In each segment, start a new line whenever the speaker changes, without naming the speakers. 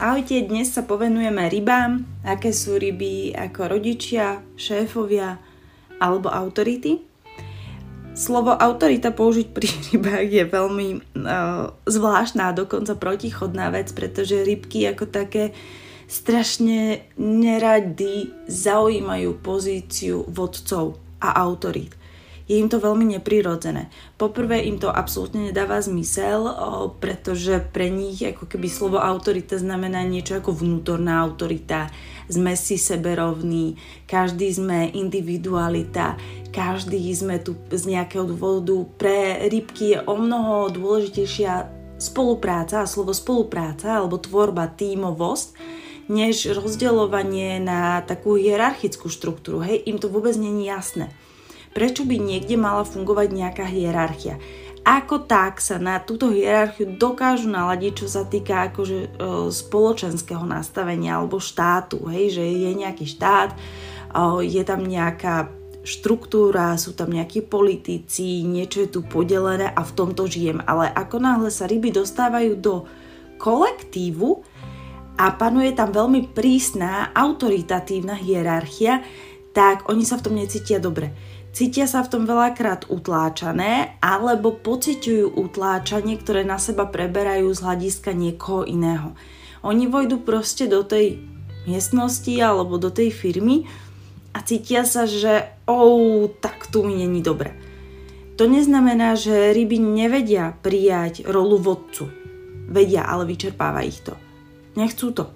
Ahojte, dnes sa povenujeme rybám, aké sú ryby ako rodičia, šéfovia alebo autority. Slovo autorita použiť pri rybách je veľmi zvláštna a dokonca protichodná vec, pretože rybky ako také strašne nerady zaujímajú pozíciu vodcov a autorít. Je im to veľmi neprirodzené. Poprvé im to absolútne nedáva zmysel, pretože pre nich ako keby slovo autorita znamená niečo ako vnútorná autorita. Sme si seberovní, každý sme individualita, každý sme tu z nejakého dôvodu. Pre rybky je o mnoho dôležitejšia spolupráca, a slovo spolupráca alebo tvorba, tímovosť, než rozdeľovanie na takú hierarchickú štruktúru. Hej, im to vôbec nie je jasné. Prečo by niekde mala fungovať nejaká hierarchia? Ako tak sa na túto hierarchiu dokážu naladiť, čo sa týka akože spoločenského nastavenia alebo štátu, hej, že je nejaký štát, je tam nejaká štruktúra, sú tam nejakí politici, niečo je tu podelené a v tomto žijem. Ale ako náhle sa ryby dostávajú do kolektívu a panuje tam veľmi prísna, autoritatívna hierarchia, tak oni sa v tom necítia dobre. Cítia sa v tom veľakrát utláčané alebo pociťujú utláčanie, ktoré na seba preberajú z hľadiska niekoho iného. Oni vojdu proste do tej miestnosti alebo do tej firmy a cítia sa, že tak tu mi není dobre. To neznamená, že ryby nevedia prijať rolu vodcu. Vedia, ale vyčerpáva ich to. Nechcú to.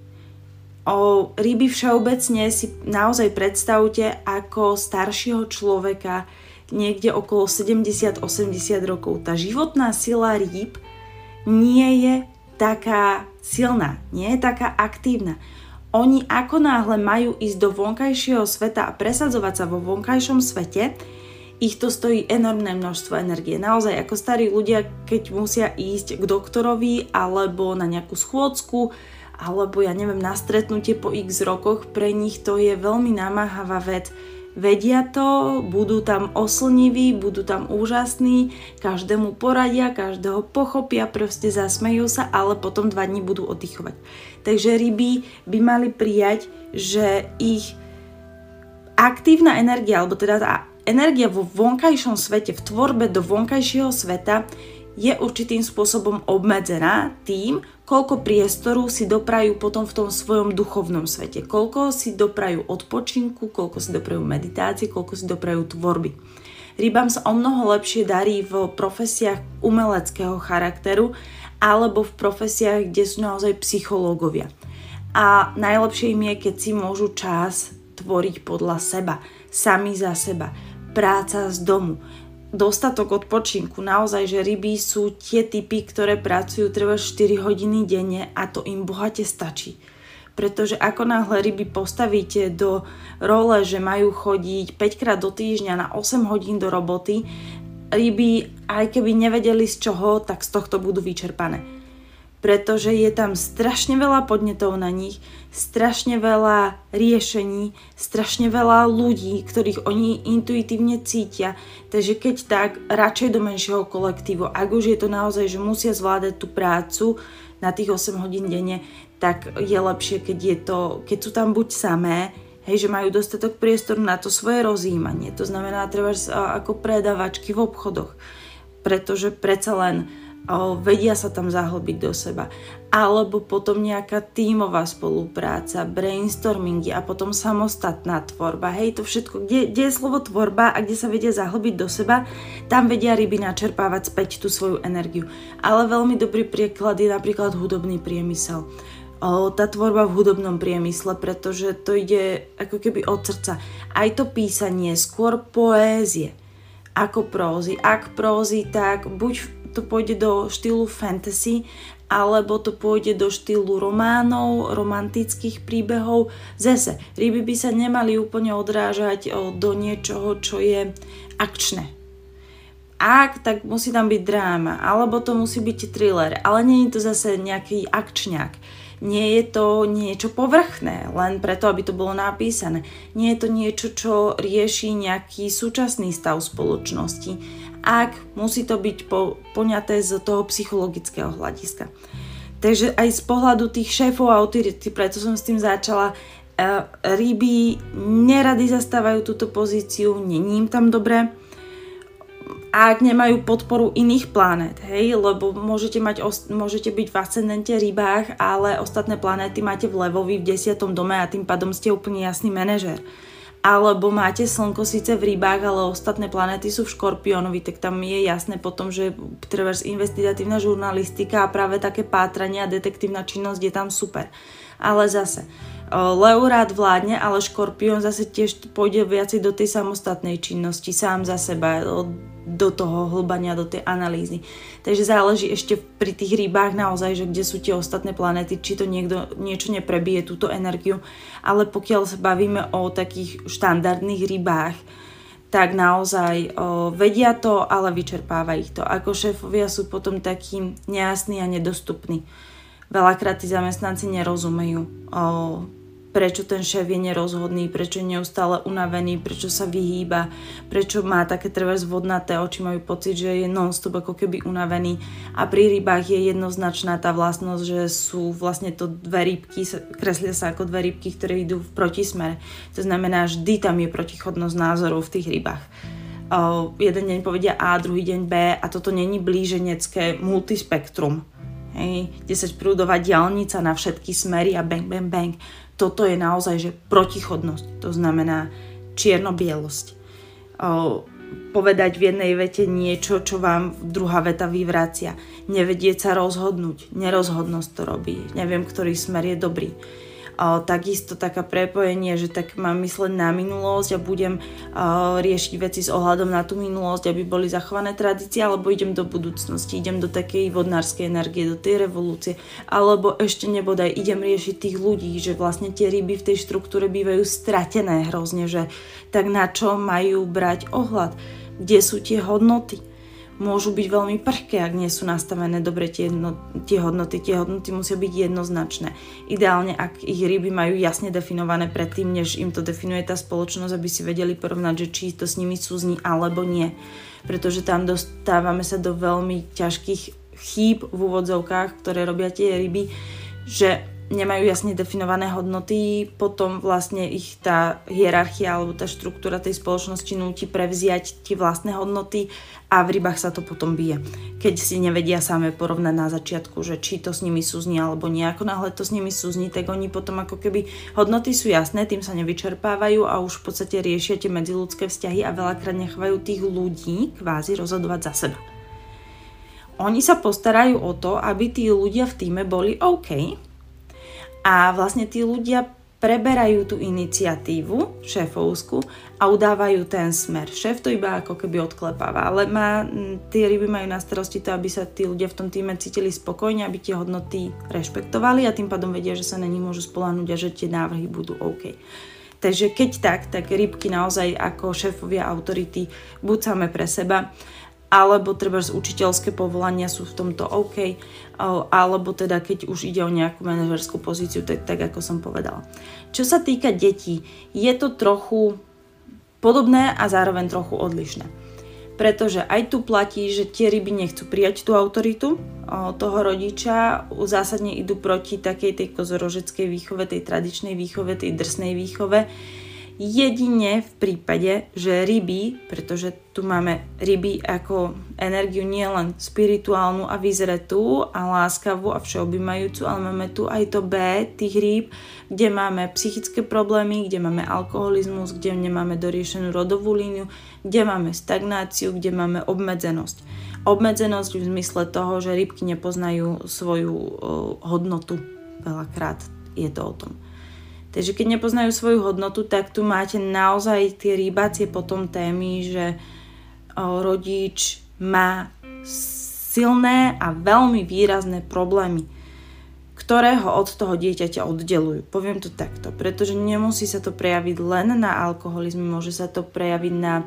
Ryby všeobecne si naozaj predstavte ako staršieho človeka niekde okolo 70-80 rokov. Tá životná sila rýb nie je taká silná, nie je taká aktívna. Oni ako náhle majú ísť do vonkajšieho sveta a presadzovať sa vo vonkajšom svete, ich to stojí enormné množstvo energie. Naozaj ako starí ľudia, keď musia ísť k doktorovi alebo na nejakú schôdzku, alebo ja neviem, na stretnutie po x rokoch, pre nich to je veľmi namáhavá vec. Vedia to, budú tam oslniví, budú tam úžasní, každému poradia, každého pochopia, proste zasmejú sa, ale potom 2 dní budú oddychovať. Takže ryby by mali prijať, že ich aktívna energia, alebo teda tá energia vo vonkajšom svete, v tvorbe do vonkajšieho sveta je určitým spôsobom obmedzená tým, koľko priestoru si doprajú potom v tom svojom duchovnom svete. Koľko si doprajú odpočinku, koľko si doprajú meditácie, koľko si doprajú tvorby. Rybám sa o mnoho lepšie darí v profesiách umeleckého charakteru alebo v profesiách, kde sú naozaj psychológovia. A najlepšie im je, keď si môžu čas tvoriť podľa seba, sami za seba, práca z domu, dostatok odpočinku. Naozaj, že ryby sú tie typy, ktoré pracujú treba 4 hodiny denne a to im bohate stačí. Pretože ako náhle ryby postavíte do role, že majú chodiť 5 krát do týždňa na 8 hodín do roboty, ryby, aj keby nevedeli z čoho, tak z tohto budú vyčerpané. Pretože je tam strašne veľa podnetov na nich, strašne veľa riešení, strašne veľa ľudí, ktorých oni intuitívne cítia. Takže keď tak, radšej do menšieho kolektívu. Ak už je to naozaj, že musia zvládať tú prácu na tých 8 hodín denne, tak je lepšie, keď sú tam buď samé, hej, že majú dostatok priestoru na to svoje rozjímanie. To znamená, treba ako predavačky v obchodoch. Pretože predsa len vedia sa tam zahlbiť do seba. Alebo potom nejaká tímová spolupráca, brainstormingy a potom samostatná tvorba. Hej, to všetko, kde je slovo tvorba a kde sa vedia zahlbiť do seba, tam vedia ryby načerpávať späť tú svoju energiu. Ale veľmi dobrý príklad je napríklad hudobný priemysel. Tá tvorba v hudobnom priemysle, pretože to ide ako keby od srdca. Aj to písanie, skôr poézie ako prózy. Ak prózy, tak buď to pôjde do štýlu fantasy, alebo to pôjde do štýlu románov, romantických príbehov. Zase, ryby by sa nemali úplne odrážať do niečoho, čo je akčné. Ak, tak musí tam byť dráma, alebo to musí byť thriller, ale nie je to zase nejaký akčňák. Nie je to niečo povrchné, len preto, aby to bolo napísané. Nie je to niečo, čo rieši nejaký súčasný stav spoločnosti. Ak musí to byť poňaté z toho psychologického hľadiska. Takže aj z pohľadu tých šéfov autority, preto som s tým začala, ryby nerady zastávajú túto pozíciu, není im tam dobre. A ak nemajú podporu iných planét, hej, lebo môžete byť v ascendente rybách, ale ostatné planéty máte v levovi v 10. dome a tým pádom ste úplne jasný manažér. Alebo máte slnko síce v rybách, ale ostatné planéty sú v škorpiónovi, tak tam je jasné potom, že trebárs investigatívna žurnalistika a práve také pátranie a detektívna činnosť je tam super. Ale zase, Leo rád vládne, ale škorpión zase tiež pôjde viacej do tej samostatnej činnosti, sám za seba, do toho hlbania, do tej analýzy. Takže záleží ešte pri tých rybách naozaj, že kde sú tie ostatné planéty, či to niečo neprebije túto energiu, ale pokiaľ sa bavíme o takých štandardných rybách, tak naozaj vedia to, ale vyčerpáva ich to. Ako šéfovia sú potom takí nejasní a nedostupní. Veľakrát tí zamestnanci nerozumejú, prečo ten šéf je nerozhodný, prečo je neustále unavený, prečo sa vyhýba, prečo má také trebárs vodnaté oči, majú pocit, že je non-stop ako keby unavený. A pri rybách je jednoznačná tá vlastnosť, že sú vlastne to dve rybky, kreslia sa ako dve rybky, ktoré idú v protismere. To znamená, vždy tam je protichodnosť názorov v tých rybách. Jeden deň povedia A, druhý deň B a toto není blíženecké multispektrum. Hej, 10 prúdová diaľnica na všetky smery a bang, bang, bang. Toto je naozaj, že protichodnosť, to znamená čierno-bielosť. Povedať v jednej vete niečo, čo vám druhá veta vyvracia. Nevedieť sa rozhodnúť, nerozhodnosť to robí. Neviem, ktorý smer je dobrý. Takisto taká prepojenie, že tak mám mysleť na minulosť a budem riešiť veci s ohľadom na tú minulosť, aby boli zachované tradície, alebo idem do budúcnosti, idem do takej vodnárskej energie, do tej revolúcie, alebo ešte nebodaj idem riešiť tých ľudí, že vlastne tie ryby v tej štruktúre bývajú stratené hrozne, že tak na čo majú brať ohľad, kde sú tie hodnoty. Môžu byť veľmi prchké, ak nie sú nastavené dobre tie hodnoty. Tie hodnoty musia byť jednoznačné. Ideálne, ak ich ryby majú jasne definované predtým, než im to definuje tá spoločnosť, aby si vedeli porovnať, že či to s nimi súzní alebo nie. Pretože tam dostávame sa do veľmi ťažkých chýb v úvodzovkách, ktoré robia tie ryby, že nemajú jasne definované hodnoty, potom vlastne ich tá hierarchia alebo tá štruktúra tej spoločnosti núti prevziať tie vlastné hodnoty a v rybách sa to potom bije. Keď si nevedia same porovnať na začiatku, že či to s nimi súzní alebo nie, ako náhle to s nimi súzní, tak oni potom ako keby hodnoty sú jasné, tým sa nevyčerpávajú a už v podstate riešia tie medziľudské vzťahy a veľakrát nechávajú tých ľudí kvázi rozhodovať za seba. Oni sa postarajú o to, aby tí ľudia v tíme boli OK, a vlastne tí ľudia preberajú tú iniciatívu šéfovskú a udávajú ten smer. Šéf to iba ako keby odklepáva, ale tie ryby majú na starosti to, aby sa tí ľudia v tom týme cítili spokojne, aby tie hodnoty rešpektovali a tým pádom vedia, že sa na nich môžu spoľahnúť a že tie návrhy budú OK. Takže keď tak rybky naozaj ako šéfovia autority buď same pre seba, alebo treba z učiteľské povolania sú v tomto OK, alebo teda keď už ide o nejakú manažerskú pozíciu, tak ako som povedala. Čo sa týka detí, je to trochu podobné a zároveň trochu odlišné. Pretože aj tu platí, že tie ryby nechcú prijať tú autoritu toho rodiča, zásadne idú proti takej tej kozorožeckej výchove, tej tradičnej výchove, tej drsnej výchove, jedine v prípade, že ryby, pretože tu máme ryby ako energiu nielen spirituálnu a vyzretú a láskavú a všeobjímajúcu, ale máme tu aj to B tých rýb, kde máme psychické problémy, kde máme alkoholizmus, kde nemáme doriešenú rodovú líniu, kde máme stagnáciu, kde máme obmedzenosť. Obmedzenosť v zmysle toho, že rybky nepoznajú svoju hodnotu. Veľakrát je to o tom. Takže keď nepoznajú svoju hodnotu, tak tu máte naozaj tie rýbacie potom témy, že rodič má silné a veľmi výrazné problémy, ktoré ho od toho dieťaťa oddelujú. Poviem to takto, pretože nemusí sa to prejaviť len na alkoholizme, môže sa to prejaviť na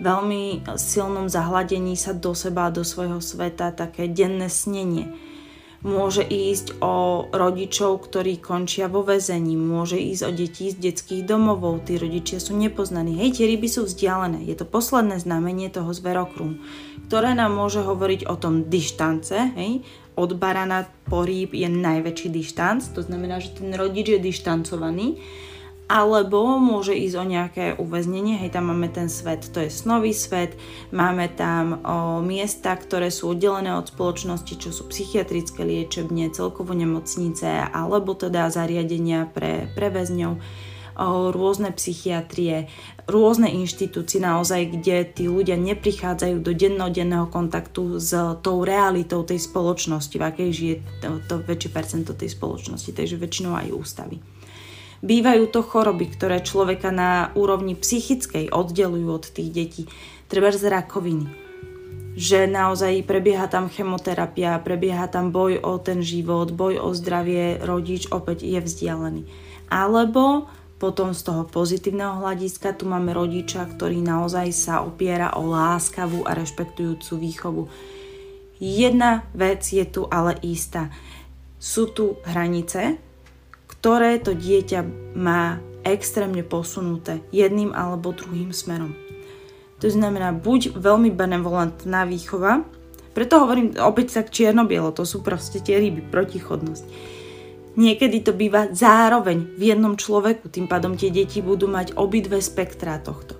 veľmi silnom zahladení sa do seba, do svojho sveta, také denné snenie. Môže ísť o rodičov, ktorí končia vo väzení, môže ísť o deti z detských domovov, tí rodičia sú nepoznaní. Hej, tie ryby sú vzdialené, je to posledné znamenie toho zverokruhu, ktoré nám môže hovoriť o tom dištance, hej, od barana po rýb je najväčší dištanc, to znamená, že ten rodič je dištancovaný, alebo môže ísť o nejaké uväznenie, hej, tam máme ten svet, to je snový svet, máme tam miesta, ktoré sú oddelené od spoločnosti, čo sú psychiatrické liečebne, celkovo nemocnice, alebo teda zariadenia pre väzňov, rôzne psychiatrie, rôzne inštitúcie naozaj, kde tí ľudia neprichádzajú do dennodenného kontaktu s tou realitou tej spoločnosti, v akej žije to väčšie percento tej spoločnosti, takže väčšinou aj ústavy. Bývajú to choroby, ktoré človeka na úrovni psychickej oddelujú od tých detí. Trebárs z rakoviny. Že naozaj prebieha tam chemoterapia, prebieha tam boj o ten život, boj o zdravie, rodič opäť je vzdialený. Alebo potom z toho pozitívneho hľadiska tu máme rodiča, ktorý naozaj sa opiera o láskavú a rešpektujúcu výchovu. Jedna vec je tu ale istá. Sú tu hranice, ktoré to dieťa má extrémne posunuté jedným alebo druhým smerom. To znamená buď veľmi benevolentná výchova, preto hovorím opäť tak čierno-bielo, to sú proste tie ryby, protichodnosť. Niekedy to býva zároveň v jednom človeku, tým pádom tie deti budú mať obidve spektrá tohto.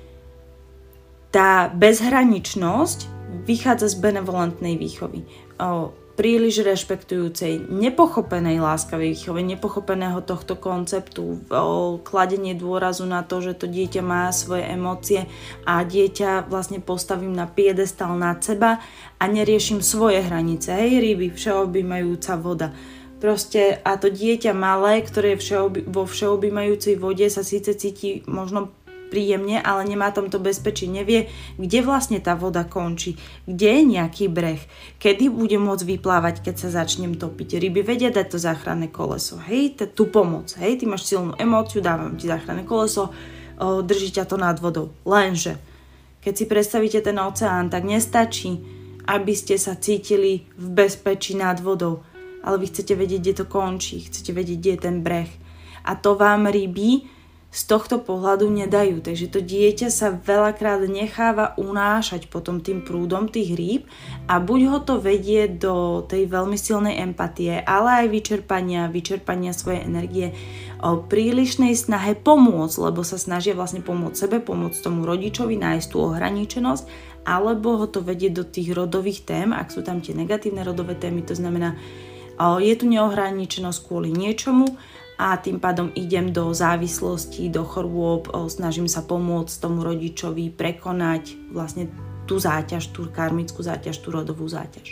Tá bezhraničnosť vychádza z benevolentnej výchovy. Príliš rešpektujúcej, nepochopenej láskavej výchove, nepochopeného tohto konceptu, kladenie dôrazu na to, že to dieťa má svoje emócie a dieťa vlastne postavím na piedestal nad seba a neriešim svoje hranice. Hej, ryby, všeobjímajúca voda. Proste a to dieťa malé, ktoré je vo všeobjímajúcej vode, sa síce cíti možno príjemne, ale nemá tam to bezpečie, nevie, kde vlastne tá voda končí, kde je nejaký breh, kedy bude môcť vyplávať, keď sa začnem topiť. Ryby vedia dať to záchranné koleso, hej, tú pomoc, hej, ty máš silnú emóciu, dávam ti záchranné koleso, drží ťa to nad vodou. Lenže, keď si predstavíte ten oceán, tak nestačí, aby ste sa cítili v bezpečí nad vodou, ale vy chcete vedieť, kde to končí, chcete vedieť, kde je ten breh. A to vám ryby z tohto pohľadu nedajú. Takže to dieťa sa veľakrát necháva unášať potom tým prúdom tých rýb a buď ho to vedie do tej veľmi silnej empatie, ale aj vyčerpania svojej energie o prílišnej snahe pomôcť, lebo sa snažia vlastne pomôcť sebe, pomôcť tomu rodičovi, nájsť tú ohraničenosť, alebo ho to vedie do tých rodových tém, ak sú tam tie negatívne rodové témy, to znamená, je tu neohraničenosť kvôli niečomu, a tým pádom idem do závislosti, do chorôb, snažím sa pomôcť tomu rodičovi prekonať vlastne tú záťaž, tú karmickú záťaž, tú rodovú záťaž.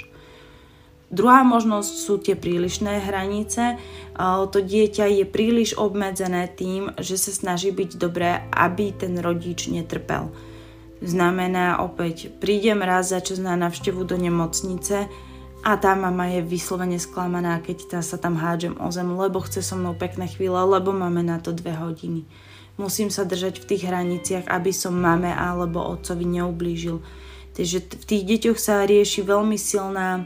Druhá možnosť sú tie prílišné hranice. To dieťa je príliš obmedzené tým, že sa snaží byť dobré, aby ten rodič netrpel. Znamená opäť, prídem raz za čas na návštevu do nemocnice, a tá mama je vyslovene sklamaná, keď sa tam hádžem o zem, lebo chce so mnou pekné chvíle, lebo máme na to 2 hodiny. Musím sa držať v tých hraniciach, aby som mame alebo otcovi neublížil. Takže v tých deťoch sa rieši veľmi silná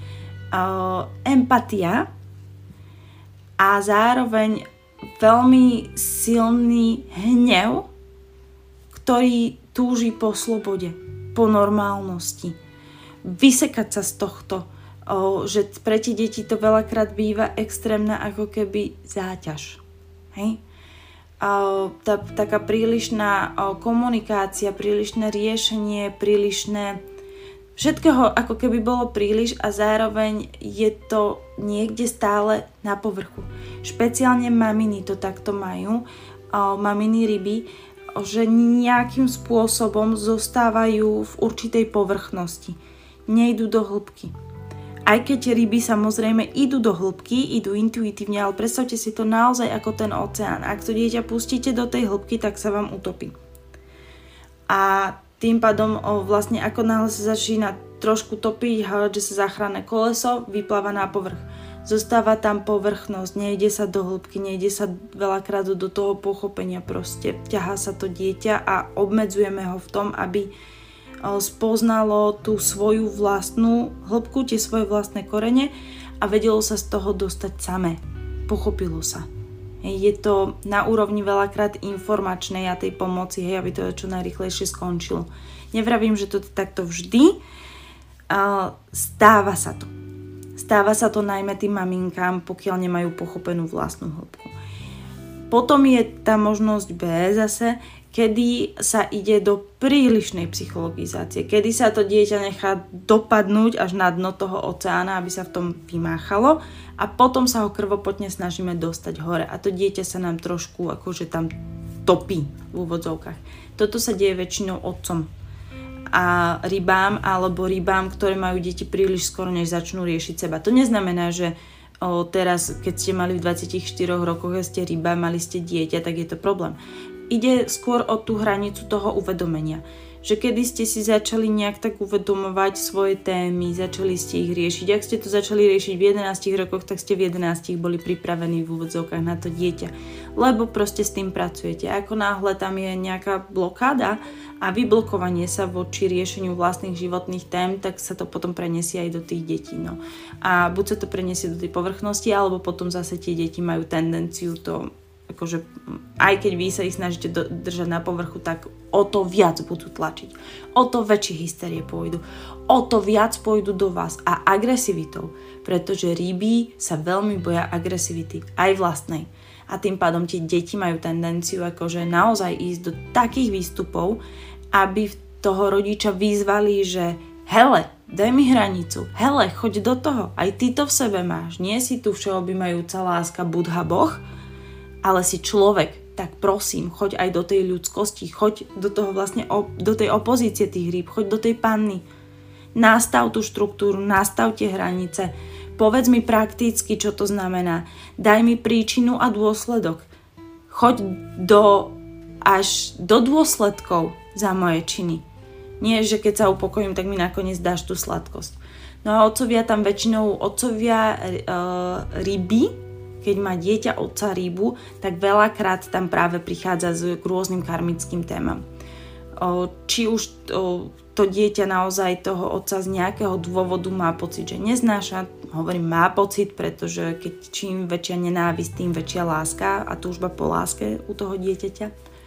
empatia a zároveň veľmi silný hnev, ktorý túži po slobode, po normálnosti. Vysekať sa z tohto, že pre tie deti to veľakrát býva extrémna ako keby záťaž. Hej? Taká prílišná komunikácia, prílišné riešenie, prílišné všetkého ako keby bolo príliš a zároveň je to niekde stále na povrchu. Špeciálne maminy to takto majú, maminy ryby, že nejakým spôsobom zostávajú v určitej povrchnosti. Nejdú do hĺbky. Aj keď ryby samozrejme idú do hĺbky, idú intuitívne, ale predstavte si to naozaj ako ten oceán. Ak to dieťa pustíte do tej hĺbky, tak sa vám utopí. A tým pádom vlastne ako náhle sa začína trošku topiť, že sa záchranné koleso vypláva na povrch. Zostáva tam povrchnosť, nejde sa do hĺbky, nejde sa veľakrát do toho pochopenia, proste ťahá sa to dieťa a obmedzujeme ho v tom, aby spoznalo tú svoju vlastnú hĺbku, tie svoje vlastné korene a vedelo sa z toho dostať samé. Pochopilo sa. Je to na úrovni veľakrát informačnej a tej pomoci, aby to čo najrýchlejšie skončilo. Nevravím, že to takto vždy. Stáva sa to. Stáva sa to najmä tým maminkám, pokiaľ nemajú pochopenú vlastnú hĺbku. Potom je tá možnosť B zase, kedy sa ide do prílišnej psychologizácie, kedy sa to dieťa nechá dopadnúť až na dno toho oceána, aby sa v tom vymáchalo a potom sa ho krvopotne snažíme dostať hore a to dieťa sa nám trošku akože tam topí v úvodzovkách. Toto sa deje väčšinou otcom a rybám alebo rybám, ktoré majú deti príliš skoro, než začnú riešiť seba. To neznamená, že teraz, keď ste mali v 24 rokoch a ste ryba, mali ste dieťa, tak je to problém. Ide skôr o tú hranicu toho uvedomenia. Že kedy ste si začali nejak tak uvedomovať svoje témy, začali ste ich riešiť. Ak ste to začali riešiť v 11 rokoch, tak ste v 11 boli pripravení v úvodzovkách na to dieťa. Lebo proste s tým pracujete. Ako náhle tam je nejaká blokáda a vyblokovanie sa voči riešeniu vlastných životných tém, tak sa to potom preniesie aj do tých detí. No. A buď sa to preniesie do tej povrchnosti, alebo potom zase tie deti majú tendenciu to akože aj keď vy sa ich snažíte držať na povrchu, tak o to viac budú tlačiť. O to väčšie hysterie pôjdu. O to viac pôjdu do vás a agresivitou, pretože ryby sa veľmi boja agresivity, aj vlastnej. A tým pádom tie deti majú tendenciu akože naozaj ísť do takých výstupov, aby toho rodiča vyzvali, že hele, daj mi hranicu, hele, choď do toho, aj ty to v sebe máš, nie si tu všeobjímajúca láska Budha Boh, ale si človek, tak prosím, choď aj do tej ľudskosti, choď do toho vlastne, do tej opozície tých rýb, choď do tej panny. Nastav tú štruktúru, nastav tie hranice, povedz mi prakticky, čo to znamená, daj mi príčinu a dôsledok. Choď až do dôsledkov za moje činy. Nie, že keď sa upokojím, tak mi nakoniec dáš tú sladkosť. No a otcovia tam väčšinou, ryby, keď má dieťa otca rybu, tak veľakrát tam práve prichádza k rôznym karmickým témam. Či už to dieťa naozaj toho otca z nejakého dôvodu má pocit, že neznáša, hovorím má pocit, pretože keď čím väčšia nenávisť, tým väčšia láska a túžba po láske u toho dieťaťa.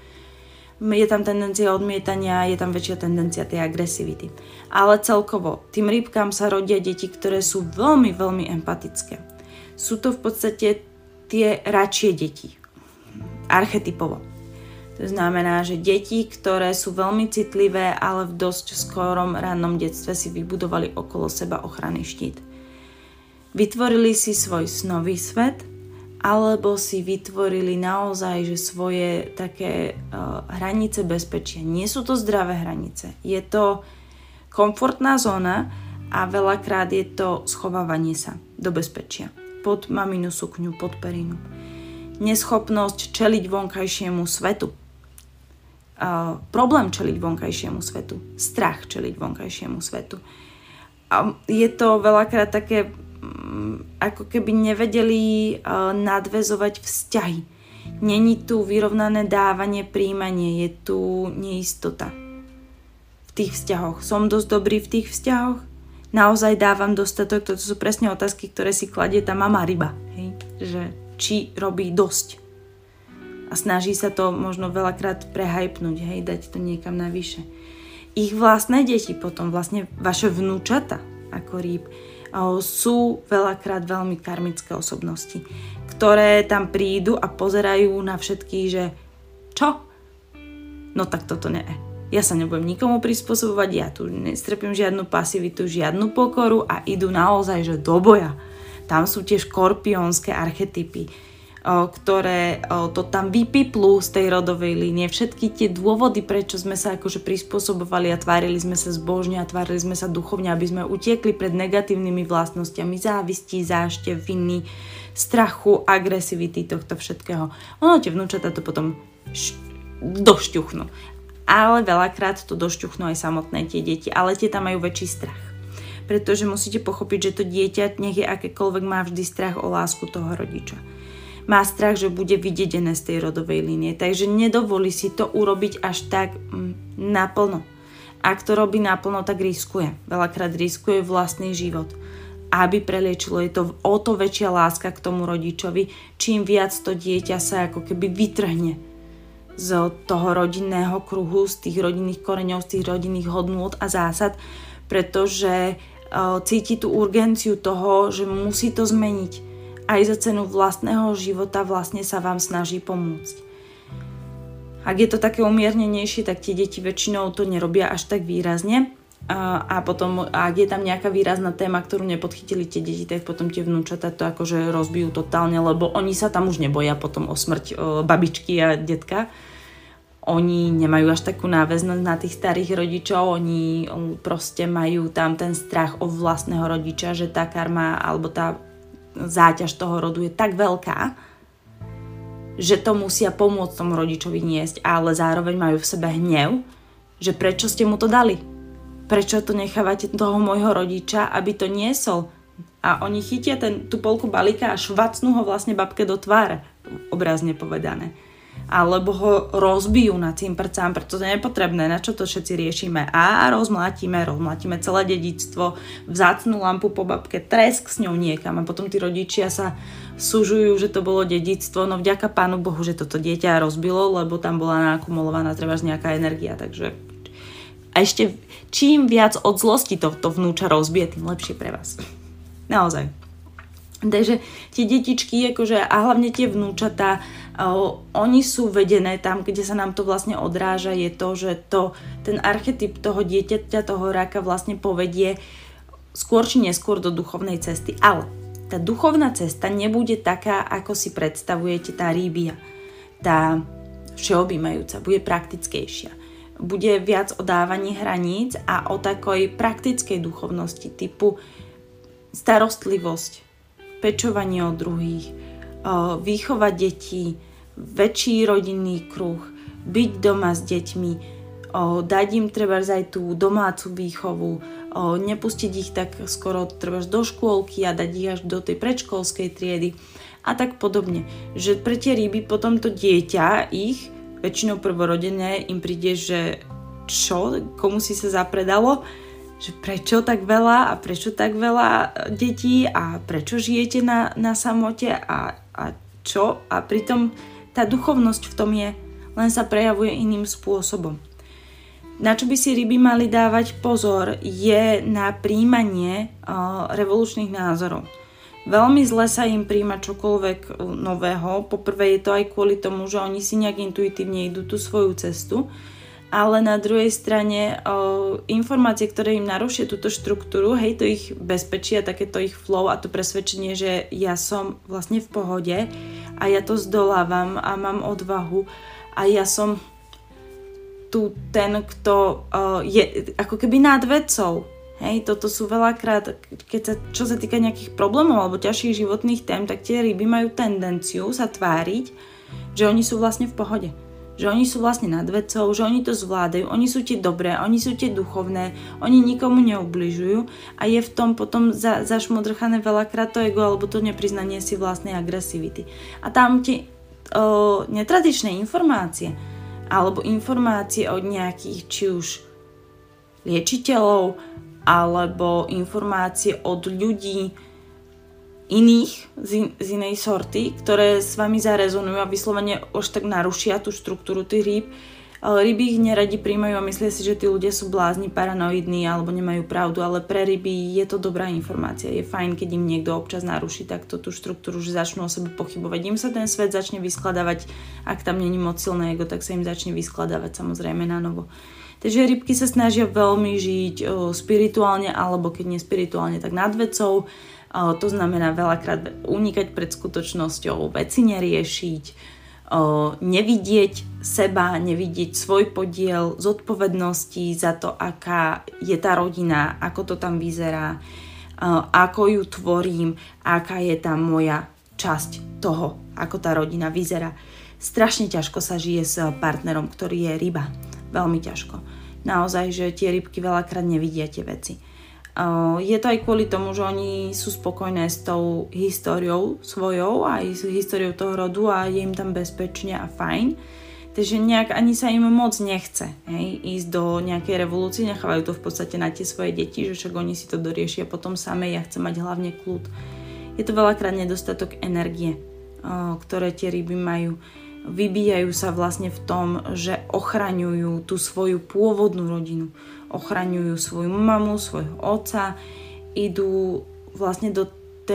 Je tam tendencia odmietania, je tam väčšia tendencia tej agresivity. Ale celkovo, tým rybkám sa rodia deti, ktoré sú veľmi, veľmi empatické. Sú to v podstate tie radšie deti, archetypovo. To znamená, že deti, ktoré sú veľmi citlivé, ale v dosť skorom rannom detstve si vybudovali okolo seba ochranný štít. Vytvorili si svoj snový svet, alebo si vytvorili naozaj že svoje také hranice bezpečia. Nie sú to zdravé hranice. Je to komfortná zóna a veľakrát je to schovávanie sa do bezpečia. Pod maminu sukňu, pod perinu. Neschopnosť čeliť vonkajšiemu svetu. Problém čeliť vonkajšiemu svetu. Strach čeliť vonkajšiemu svetu. Je to veľakrát také, ako keby nevedeli nadväzovať vzťahy. Není tu vyrovnané dávanie, príjmanie, je tu neistota. V tých vzťahoch. Som dosť dobrý v tých vzťahoch? Naozaj dávam dostatok, to sú presne otázky, ktoré si kladie tá mama ryba, hej? Že či robí dosť. A snaží sa to možno veľakrát prehajpnúť, hej? Dať to niekam navyše. Ich vlastné deti potom, vlastne vaše vnúčata ako rýb, sú veľakrát veľmi karmické osobnosti, ktoré tam prídu a pozerajú na všetkých, že čo? No tak toto nie. Ja sa nebudem nikomu prispôsobovať, ja tu nestrpím žiadnu pasivitu, žiadnu pokoru a idú naozaj že do boja. Tam sú tie škorpiónske archetypy, ktoré to tam vypiplú z tej rodovej línie. Všetky tie dôvody, prečo sme sa akože prispôsobovali a tvárili sme sa zbožne a tvárili sme sa duchovne, aby sme utiekli pred negatívnymi vlastnosťami závisti, zášte, viny, strachu, agresivity, tohto všetkého. Ono tie vnúčatá to potom došťuchnú. Ale veľakrát to došťuchnú aj samotné tie deti, ale tie tam majú väčší strach. Pretože musíte pochopiť, že to dieťa, nech je akékoľvek, má vždy strach o lásku toho rodiča. Má strach, že bude vydedené z tej rodovej línie, takže nedovolí si to urobiť až tak naplno. Ak to robí naplno, tak riskuje. Veľakrát riskuje vlastný život. aby preliečilo. Je to o to väčšia láska k tomu rodičovi, čím viac to dieťa sa ako keby vytrhne z toho rodinného kruhu, z tých rodinných koreňov, z tých rodinných hodnôt a zásad, pretože cíti tú urgenciu toho, že musí to zmeniť. Aj za cenu vlastného života vlastne sa vám snaží pomôcť. Ak je to také umiernenejšie, tak tie deti väčšinou to nerobia až tak výrazne. A potom, ak je tam nejaká výrazná téma, ktorú nepodchytili tie deti, tak potom tie vnúčatá to akože rozbijú totálne, lebo oni sa tam už neboja potom o smrť babičky a detka. Oni nemajú až takú náväznosť na tých starých rodičov, oni proste majú tam ten strach o vlastného rodiča, že tá karma alebo tá záťaž toho rodu je tak veľká, že to musia pomôcť tomu rodičovi niesť, ale zároveň majú v sebe hnev, že prečo ste mu to dali? Prečo to nechávate toho môjho rodiča, aby to niesol? A oni chytia tú polku balíka a švacnú ho vlastne babke do tváre, obrazne povedané. Alebo ho rozbijú na cimprcám, preto to je nepotrebné, na čo to všetci riešime. A rozmlátime celé dedičstvo, vzácnú lampu po babke, tresk s ňou niekam a potom tí rodičia sa súžujú, že to bolo dedičstvo, no vďaka Pánu Bohu, že toto dieťa rozbilo, lebo tam bola nakumulovaná trebárs nejaká energia, takže a ešte čím viac od zlosti to vnúča rozbije, tým lepšie pre vás. Naozaj. Takže tie detičky, akože, a hlavne tie vnúčatá, oni sú vedené tam, kde sa nám to vlastne odráža, je to, že ten archetyp toho dieťaťa, toho ráka vlastne povedie skôr či neskôr do duchovnej cesty. Ale tá duchovná cesta nebude taká, ako si predstavujete tá rýbia. Tá všeobjímajúca, bude praktickejšia. Bude viac o dávaní hraníc a o takoj praktickej duchovnosti typu starostlivosť, pečovanie o druhých, výchova detí, väčší rodinný kruh, byť doma s deťmi, dať im trebárs aj tú domácu výchovu, nepustiť ich tak skoro trebárs do škôlky a dať ich až do tej predškolskej triedy a tak podobne. Že pre tie ryby potom to dieťa ich väčšinou prvorodené im príde, že čo, komu si sa zapredalo, že prečo tak veľa a prečo tak veľa detí a prečo žijete na samote a čo. A pritom tá duchovnosť v tom je, len sa prejavuje iným spôsobom. Na čo by si ryby mali dávať pozor je na príjmanie revolučných názorov. Veľmi zle sa im príjma čokoľvek nového. Poprvé je to aj kvôli tomu, že oni si nejak intuitívne idú tú svoju cestu, ale na druhej strane informácie, ktoré im narušia túto štruktúru, hej, to ich bezpečí a takéto ich flow a to presvedčenie, že ja som vlastne v pohode a ja to zdolávam a mám odvahu a ja som tu ten, kto je ako keby nad vecou. Hej, toto sú veľakrát, čo sa týka nejakých problémov alebo ťažších životných tém, tak tie ryby majú tendenciu sa tváriť, že oni sú vlastne v pohode. Že oni sú vlastne nad vecou, že oni to zvládajú, oni sú tie dobré, oni sú tie duchovné, oni nikomu neubližujú a je v tom potom zašmodrchané veľakrát to ego alebo to nepriznanie si vlastnej agresivity. A tam tie netradičné informácie alebo informácie od nejakých či už liečiteľov alebo informácie od ľudí iných z inej sorty, ktoré s vami zarezonujú a vyslovene už tak narušia tú štruktúru tých rýb. Ale ryby ich neradi príjmajú a myslia si, že tí ľudia sú blázni, paranoidní alebo nemajú pravdu, ale pre ryby je to dobrá informácia. Je fajn, keď im niekto občas naruší takto tú štruktúru, že začnú o sebe pochybovať. Im sa ten svet začne vyskladávať, ak tam není moc silné ego, tak sa im začne vyskladávať samozrejme na novo. Takže rybky sa snažia veľmi žiť spirituálne, alebo keď nie spirituálne, tak nad vecou. To znamená veľakrát unikať pred skutočnosťou, veci neriešiť, nevidieť seba, nevidieť svoj podiel zodpovednosti za to, aká je tá rodina, ako to tam vyzerá, ako ju tvorím, aká je tam moja časť toho, ako tá rodina vyzerá. Strašne ťažko sa žije s partnerom, ktorý je ryba. Veľmi ťažko. Naozaj, že tie rybky veľakrát nevidia tie veci. Je to aj kvôli tomu, že oni sú spokojné s tou históriou svojou, aj s históriou toho rodu a je im tam bezpečne a fajn. Takže nejak ani sa im moc nechce, ísť do nejakej revolúcie, nechávajú to v podstate na tie svoje deti, že však oni si to doriešia potom same, ja chcem mať hlavne kľud. Je to veľakrát nedostatok energie, ktoré tie ryby majú. Vybíjajú sa vlastne v tom, že ochraňujú tú svoju pôvodnú rodinu, ochraňujú svoju mamu, svojho otca, idú vlastne do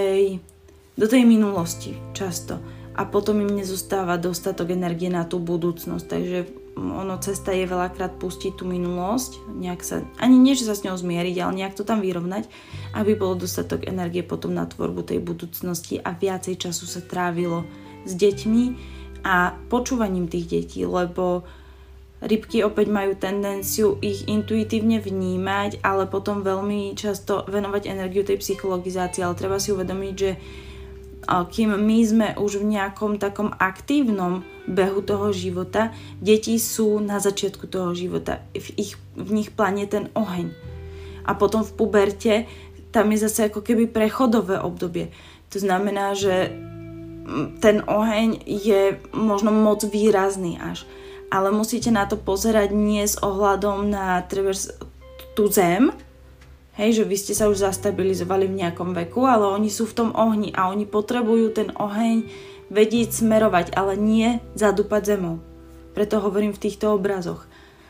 tej minulosti často. A potom im nezostáva dostatok energie na tú budúcnosť. Takže cesta je veľakrát pustiť tú minulosť, nejak sa, ani nie, že sa s ňou zmieriť, ale nejak to tam vyrovnať, aby bolo dostatok energie potom na tvorbu tej budúcnosti a viacej času sa trávilo s deťmi a počúvaním tých detí, lebo rybky opäť majú tendenciu ich intuitívne vnímať, ale potom veľmi často venovať energiu tej psychologizácii, ale treba si uvedomiť, že kým my sme už v nejakom takom aktívnom behu toho života, deti sú na začiatku toho života. V nich planie ten oheň. A potom v puberte tam je zase ako keby prechodové obdobie. To znamená, že ten oheň je možno moc výrazný až. Ale musíte na to pozerať nie s ohľadom na tú zem, že vy ste sa už zastabilizovali v nejakom veku, ale oni sú v tom ohni a oni potrebujú ten oheň vedieť smerovať, ale nie zadúpať zemou. Preto hovorím v týchto obrazoch.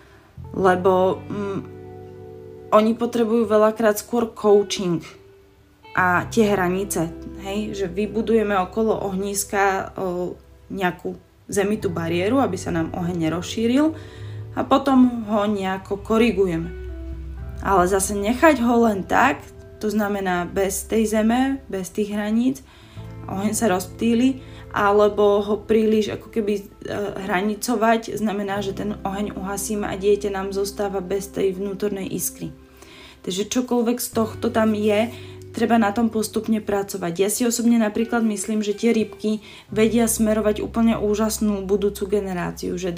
Lebo oni potrebujú veľakrát skôr coaching a tie hranice, že vybudujeme okolo ohniska nejakú zemitú bariéru, aby sa nám oheň nerozšíril a potom ho nejako korigujeme. Ale zase nechať ho len tak, to znamená bez tej zeme, bez tých hraníc, oheň sa rozptýli, alebo ho príliš ako keby hranicovať, znamená, že ten oheň uhasíme a dieťa nám zostáva bez tej vnútornej iskry. Takže čokoľvek z tohto tam je, treba na tom postupne pracovať. Ja si osobne napríklad myslím, že tie rybky vedia smerovať úplne úžasnú budúcu generáciu, že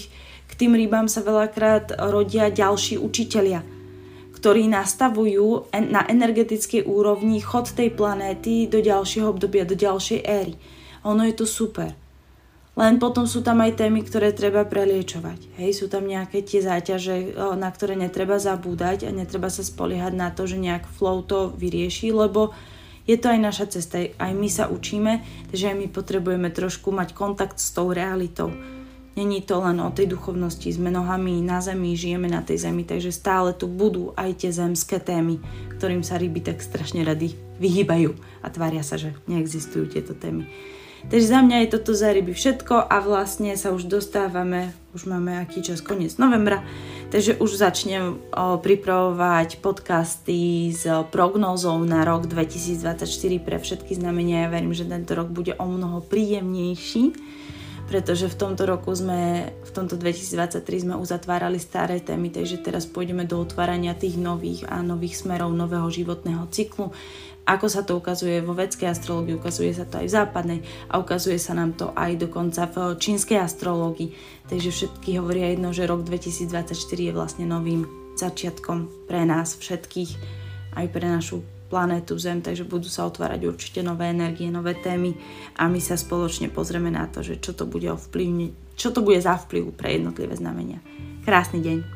k tým rybám sa veľakrát rodia ďalší učitelia, ktorí nastavujú na energetickej úrovni chod tej planéty do ďalšieho obdobia, do ďalšej éry. Ono je to super. Len potom sú tam aj témy, ktoré treba preliečovať. Sú tam nejaké tie záťaže, na ktoré netreba zabúdať a netreba sa spoliehať na to, že nejak flow to vyrieši, lebo je to aj naša cesta. Aj my sa učíme, takže aj my potrebujeme trošku mať kontakt s tou realitou. Není to len o tej duchovnosti, sme nohami na zemi, žijeme na tej zemi, takže stále tu budú aj tie zemské témy, ktorým sa ryby tak strašne rady vyhýbajú a tvária sa, že neexistujú tieto témy. Takže za mňa je toto za ryby všetko a vlastne sa už dostávame, už máme aký čas, koniec novembra, takže už začnem pripravovať podcasty s prognózou na rok 2024 pre všetky znamenia. Ja verím, že tento rok bude o mnoho príjemnejší, pretože v tomto roku v tomto 2023 sme uzatvárali staré témy, takže teraz pôjdeme do otvárania tých nových smerov nového životného cyklu. Ako sa to ukazuje vo védskej astrológii, ukazuje sa to aj v západnej a ukazuje sa nám to aj dokonca v čínskej astrológii. Takže všetky hovoria jedno, že rok 2024 je vlastne novým začiatkom pre nás všetkých, aj pre našu planétu Zem, takže budú sa otvárať určite nové energie, nové témy a my sa spoločne pozrieme na to, že čo to bude za vplyv pre jednotlivé znamenia. Krásny deň.